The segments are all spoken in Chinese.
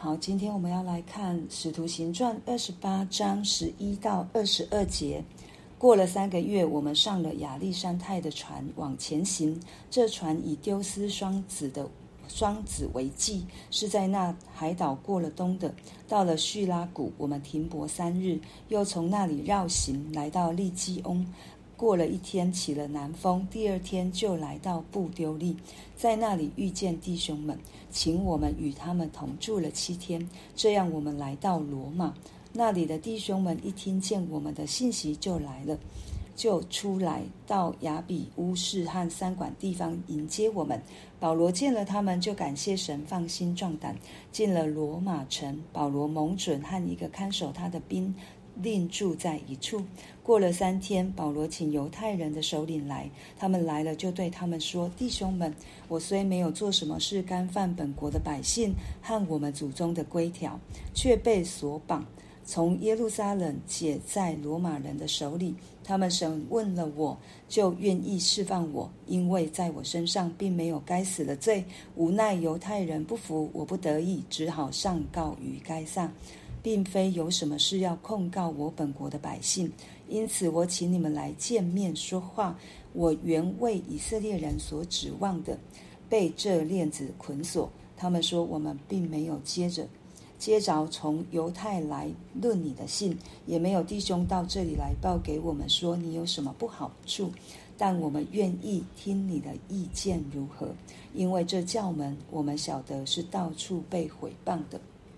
好，今天我们要来看《使徒行传》28章11到22节。过了3个月，我们上了亚历山泰的船往前行。这船以丢斯双子为记，是在那海岛过了冬的。到了叙拉古，我们停泊3日，又从那里绕行来到利基翁。过了1天，起了南风，第2天就来到布丢利，在那里遇见弟兄们，请我们与他们同住了7天。这样我们来到罗马，那里的弟兄们一听见我们的信息就来了，就出来到亚比乌市和三馆地方迎接我们。保罗见了他们，就感谢神，放心壮胆，进了罗马城。保罗蒙准和一个看守他的兵另住在一处。过了3天，保罗请犹太人的首领来，他们来了，就对他们说：弟兄们，我虽没有做什么事干犯本国的百姓和我们祖宗的规条，却被所绑，从耶路撒冷解在罗马人的手里。他们审问了我，就愿意释放我，因为在我身上并没有该死的罪。无奈犹太人不服，我不得已只好上告于该撒，并非有什么事要控告我本国的百姓。因此我请你们来见面说话。我原为以色列人所指望的，被这链子捆锁。他们说我们并没有接着从犹太来论你的信，也没有弟兄到这里来报给我们说你有什么不好处，但我们愿意听你的意见如何，因为这教门我们晓得是到处被毁谤的。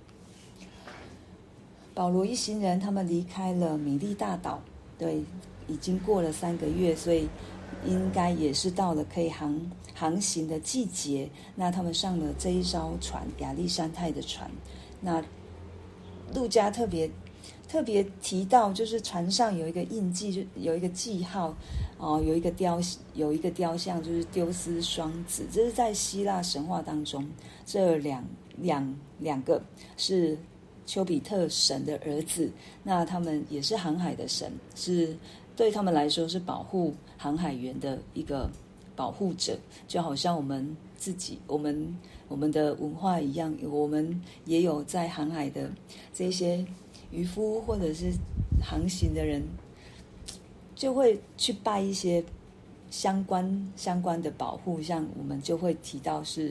保罗一行人他们离开了米利大岛，对，已经过了3个月，所以应该也是到了可以航行的季节。那他们上了这一艘船，亚历山泰的船。那路加特别提到，就是船上有一个印记，就有一个记号有一个雕像，就是丢斯双子。这是在希腊神话当中，这两个是丘比特神的儿子，那他们也是航海的神，是对他们来说是保护航海员的一个保护者，就好像我们自己我们的文化一样，我们也有在航海的这些渔夫或者是航行的人，就会去拜一些相关的保护，像我们就会提到是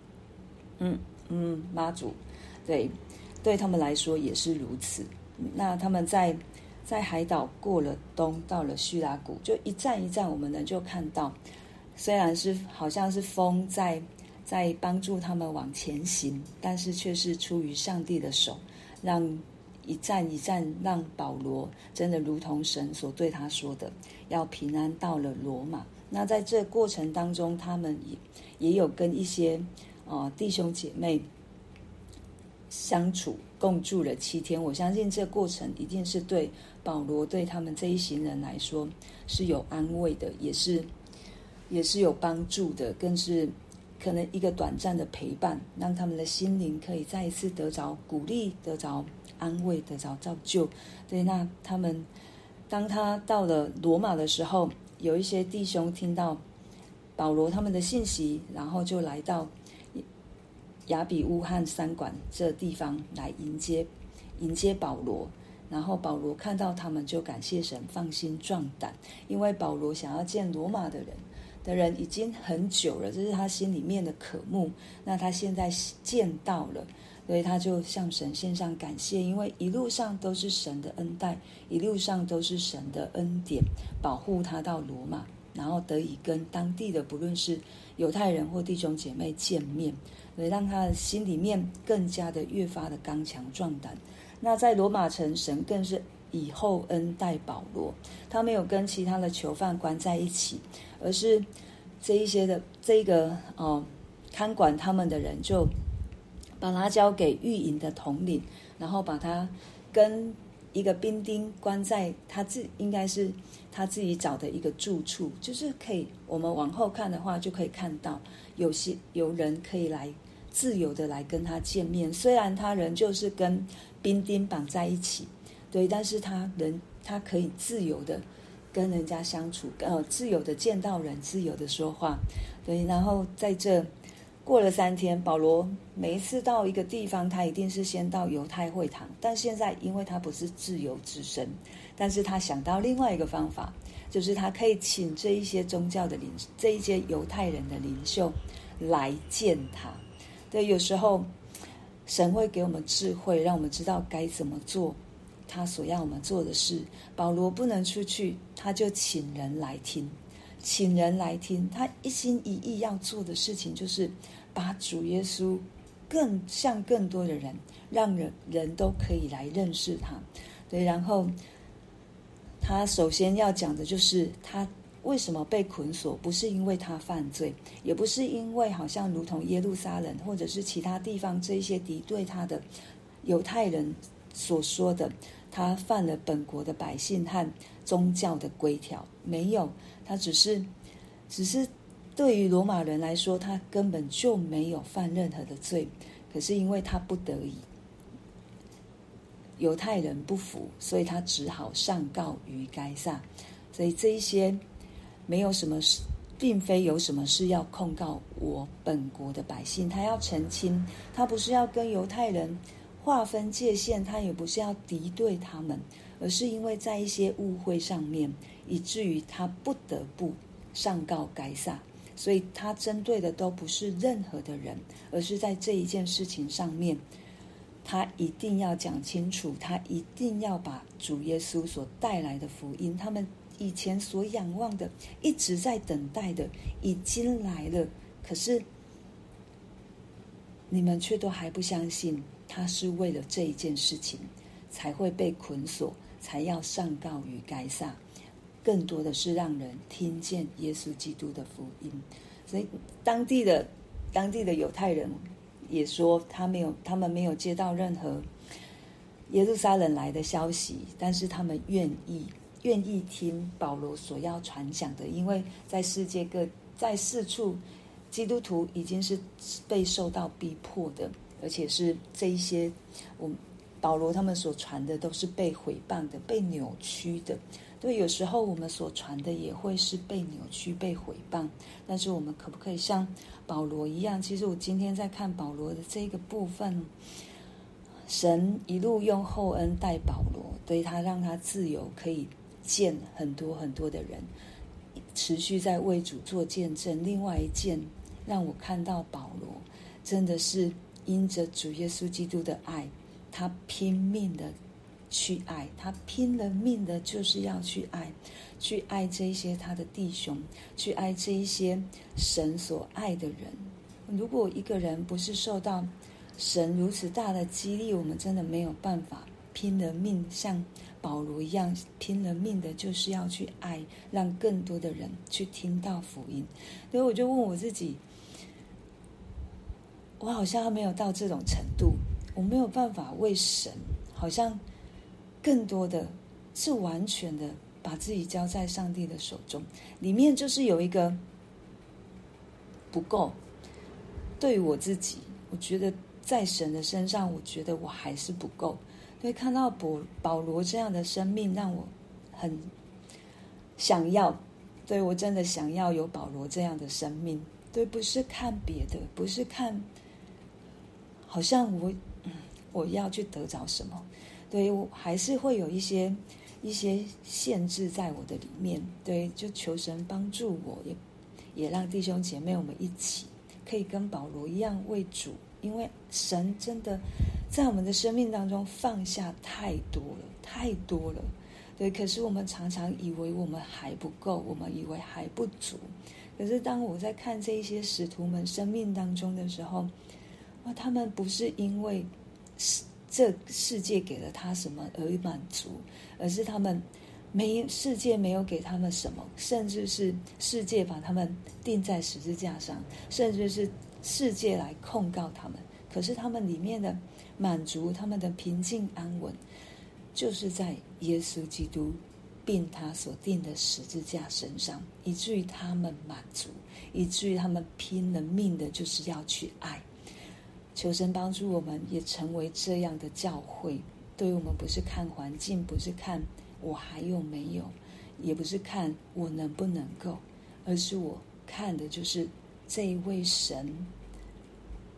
妈祖，对他们来说也是如此。那他们在海岛过了冬，到了叙拉古，就一站一站，我们呢就看到，虽然是好像是风在帮助他们往前行，但是却是出于上帝的手，让一站一站，让保罗真的如同神所对他说的，要平安到了罗马。那在这过程当中，他们也有跟一些弟兄姐妹相处共住了7天。我相信这过程一定是对保罗对他们这一行人来说是有安慰的，也是有帮助的，更是可能一个短暂的陪伴，让他们的心灵可以再一次得着鼓励，得着安慰，得着造就。对，那他们当他到了罗马的时候，有一些弟兄听到保罗他们的信息，然后就来到亚比乌和三馆这地方来迎接保罗。然后保罗看到他们，就感谢神，放心壮胆，因为保罗想要见罗马的人已经很久了，这是他心里面的渴慕。那他现在见到了，所以他就向神献上感谢，因为一路上都是神的恩待，一路上都是神的恩典保护他到罗马，然后得以跟当地的不论是犹太人或弟兄姐妹见面，所以让他的心里面更加的越发的刚强壮胆。那在罗马城，神更是以厚恩待保罗，他没有跟其他的囚犯关在一起，而是这一些的这个看管他们的人，就把他交给狱营的统领，然后把他跟一个兵丁关在应该是他自己找的一个住处，就是可以我们往后看的话就可以看到有人可以来自由的来跟他见面，虽然他人就是跟兵丁绑在一起，对，但是他可以自由的跟人家相处，自由的见到人，自由的说话，对。然后在这过了3天，保罗每一次到一个地方，他一定是先到犹太会堂。但现在因为他不是自由之身，但是他想到另外一个方法，就是他可以请这一些宗教的这一些犹太人的领袖来见他。对，有时候神会给我们智慧，让我们知道该怎么做他所要我们做的事。保罗不能出去，他就请人来听。请人来听，他一心一意要做的事情就是把主耶稣更向更多的人，让人都可以来认识他。对，然后他首先要讲的就是他为什么被捆锁，不是因为他犯罪，也不是因为好像如同耶路撒冷或者是其他地方这一些敌对他的犹太人所说的他犯了本国的百姓和宗教的规条。没有，他只是对于罗马人来说，他根本就没有犯任何的罪，可是因为他不得已，犹太人不服，所以他只好上告于该撒。所以这一些没有什么事，并非有什么事要控告我本国的百姓。他要澄清，他不是要跟犹太人划分界限，他也不是要敌对他们，而是因为在一些误会上面，以至于他不得不上告该撒。所以他针对的都不是任何的人，而是在这一件事情上面，他一定要讲清楚，他一定要把主耶稣所带来的福音，他们以前所仰望的，一直在等待的，已经来了，可是你们却都还不相信，他是为了这一件事情才会被捆锁，才要上告于该撒。更多的是让人听见耶稣基督的福音。所以当地的犹太人也说，他们没有接到任何耶路撒冷来的消息，但是他们愿意听保罗所要传讲的，因为在四处基督徒已经是被受到逼迫的，而且是这一些保罗他们所传的都是被毁谤的，被扭曲的。对，有时候我们所传的也会是被扭曲、被毁谤，但是我们可不可以像保罗一样？其实我今天在看保罗的这个部分，神一路用厚恩待保罗，对他让他自由，可以见很多很多的人，持续在为主做见证。另外一件让我看到保罗真的是因着主耶稣基督的爱，他拼命的去爱，他拼了命的就是要去爱这一些他的弟兄，去爱这一些神所爱的人。如果一个人不是受到神如此大的激励，我们真的没有办法拼了命像保罗一样，拼了命的就是要去爱，让更多的人去听到福音。所以我就问我自己，我好像没有到这种程度，我没有办法为神好像更多的是完全的把自己交在上帝的手中，里面就是有一个不够。对于我自己，我觉得在神的身上，我觉得我还是不够。对，看到保罗这样的生命，让我很想要，对，我真的想要有保罗这样的生命。对，不是看别的，不是看好像我要去得着什么，对，我还是会有一些限制在我的里面。对，就求神帮助我，也让弟兄姐妹我们一起可以跟保罗一样为主，因为神真的在我们的生命当中放下太多了。对，可是我们常常以为我们还不够，我们以为还不足。可是当我在看这一些使徒们生命当中的时候，他们不是因为这世界给了他什么而满足，而是世界没有给他们什么，甚至是世界把他们钉在十字架上，甚至是世界来控告他们。可是他们里面的满足，他们的平静安稳，就是在耶稣基督并他所定的十字架身上，以至于他们满足，以至于他们拼了命的就是要去爱。求神帮助我们也成为这样的教会。对于我们不是看环境，不是看我还有没有，也不是看我能不能够，而是我看的就是这一位神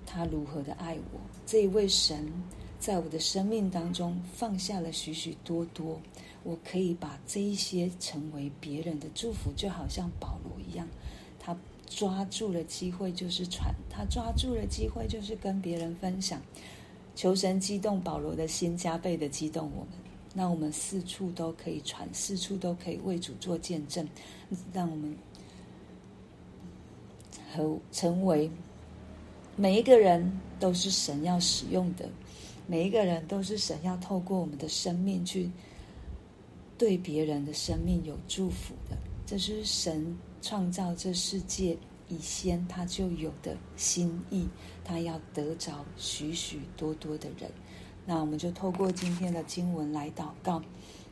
他如何的爱我。这一位神在我的生命当中放下了许许多多，我可以把这一些成为别人的祝福，就好像保罗一样，他抓住了机会就是传，他抓住了机会就是跟别人分享。求神激动保罗的心，加倍的激动我们，让我们四处都可以传，四处都可以为主做见证，让我们成为每一个人都是神要使用的，每一个人都是神要透过我们的生命去对别人的生命有祝福的。这是神创造这世界以先他就有的心意，他要得着许许多多的人。那我们就透过今天的经文来祷告，